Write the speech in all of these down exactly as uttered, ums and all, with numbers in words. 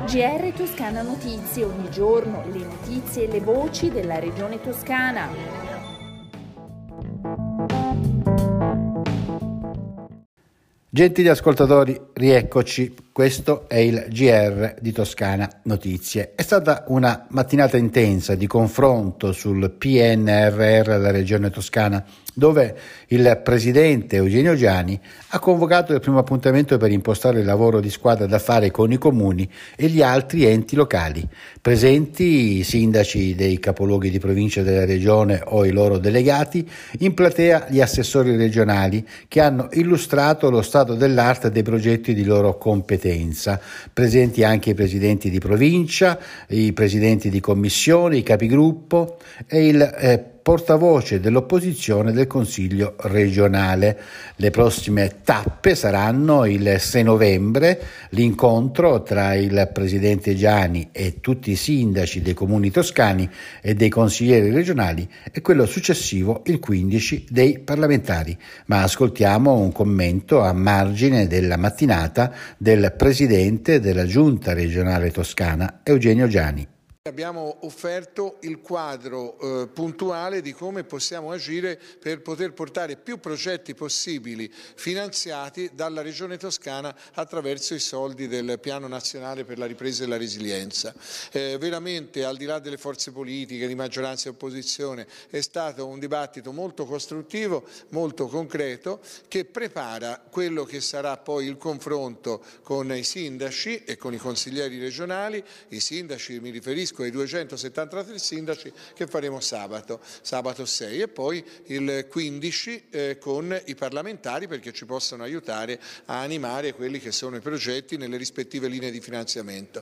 G R Toscana Notizie, ogni giorno le notizie e le voci della regione toscana. Gentili ascoltatori, rieccoci. Questo è il G R di Toscana Notizie. È stata una mattinata intensa di confronto sul P N R R della Regione Toscana, dove il presidente Eugenio Giani ha convocato il primo appuntamento per impostare il lavoro di squadra da fare con i comuni e gli altri enti locali. Presenti i sindaci dei capoluoghi di provincia della regione o i loro delegati, in platea gli assessori regionali che hanno illustrato lo stato dell'arte dei progetti di loro competenza. Presenti anche i presidenti di provincia, i presidenti di commissione, i capigruppo e il eh, portavoce dell'opposizione del Consiglio regionale. Le prossime tappe saranno il sei novembre, l'incontro tra il presidente Giani e tutti i sindaci dei comuni toscani e dei consiglieri regionali, e quello successivo il quindici dei parlamentari. Ma ascoltiamo un commento a margine della mattinata del presidente della Giunta regionale toscana, Eugenio Giani. Abbiamo offerto il quadro eh, puntuale di come possiamo agire per poter portare più progetti possibili finanziati dalla Regione Toscana attraverso i soldi del Piano Nazionale per la Ripresa e la Resilienza. Eh, veramente, al di là delle forze politiche, di maggioranza e opposizione, è stato un dibattito molto costruttivo, molto concreto, che prepara quello che sarà poi il confronto con i sindaci e con i consiglieri regionali. I sindaci, mi riferisco ai duecentosettantatré sindaci, che faremo sabato, sabato sei, e poi il quindici eh, con i parlamentari, perché ci possono aiutare a animare quelli che sono i progetti nelle rispettive linee di finanziamento.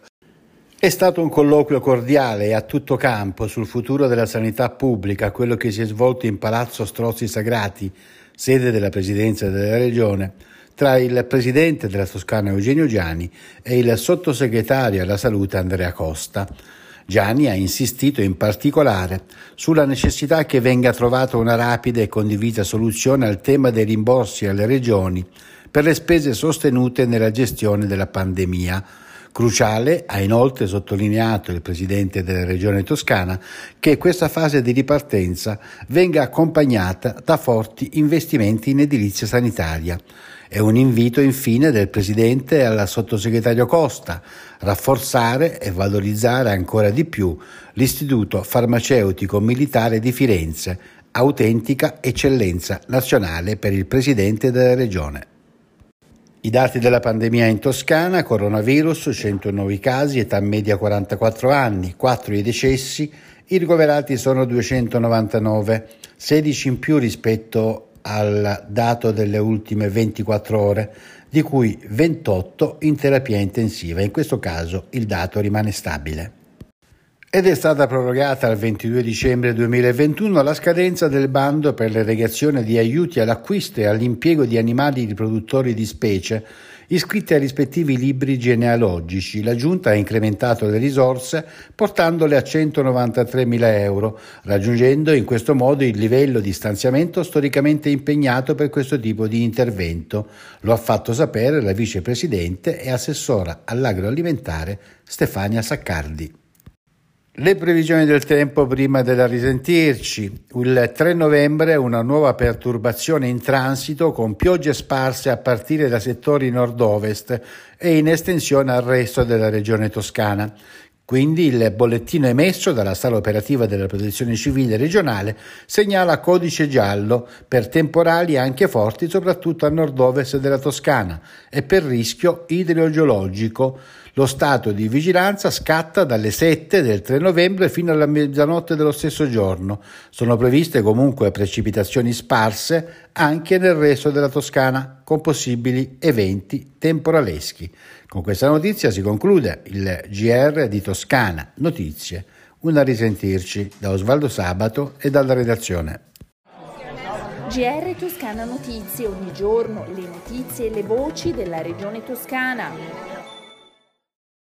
È stato un colloquio cordiale e a tutto campo sul futuro della sanità pubblica, quello che si è svolto in Palazzo Strozzi Sagrati, sede della Presidenza della Regione, tra il presidente della Toscana Eugenio Giani e il sottosegretario alla Salute Andrea Costa. Giani ha insistito in particolare sulla necessità che venga trovata una rapida e condivisa soluzione al tema dei rimborsi alle regioni per le spese sostenute nella gestione della pandemia. Cruciale, ha inoltre sottolineato il presidente della Regione Toscana, che questa fase di ripartenza venga accompagnata da forti investimenti in edilizia sanitaria. È un invito infine del presidente al sottosegretario Costa: rafforzare e valorizzare ancora di più l'Istituto Farmaceutico Militare di Firenze, autentica eccellenza nazionale per il presidente della regione. I dati della pandemia in Toscana: coronavirus, cento nuovi casi, età media quarantaquattro anni, quattro i decessi, i ricoverati sono duecentonovantanove, sedici in più rispetto al dato delle ultime ventiquattro ore, di cui ventotto in terapia intensiva. In questo caso il dato rimane stabile. Ed è stata prorogata al ventidue dicembre duemilaventuno la scadenza del bando per l'erogazione di aiuti all'acquisto e all'impiego di animali riproduttori di specie iscritti ai rispettivi libri genealogici. La Giunta ha incrementato le risorse portandole a centonovantatremila euro, raggiungendo in questo modo il livello di stanziamento storicamente impegnato per questo tipo di intervento. Lo ha fatto sapere la vicepresidente e assessora all'agroalimentare Stefania Saccardi. Le previsioni del tempo prima del risentirci. Il tre novembre una nuova perturbazione in transito con piogge sparse a partire da settori nord-ovest e in estensione al resto della regione toscana. Quindi il bollettino emesso dalla sala operativa della Protezione Civile regionale segnala codice giallo per temporali anche forti soprattutto a nord-ovest della Toscana e per rischio idrogeologico. Lo stato di vigilanza scatta dalle sette del tre novembre fino alla mezzanotte dello stesso giorno. Sono previste comunque precipitazioni sparse anche nel resto della Toscana, con possibili eventi temporaleschi. Con questa notizia si conclude il G R di Toscana Notizie. Un a risentirci da Osvaldo Sabato e dalla redazione. G R Toscana Notizie, ogni giorno le notizie e le voci della regione toscana.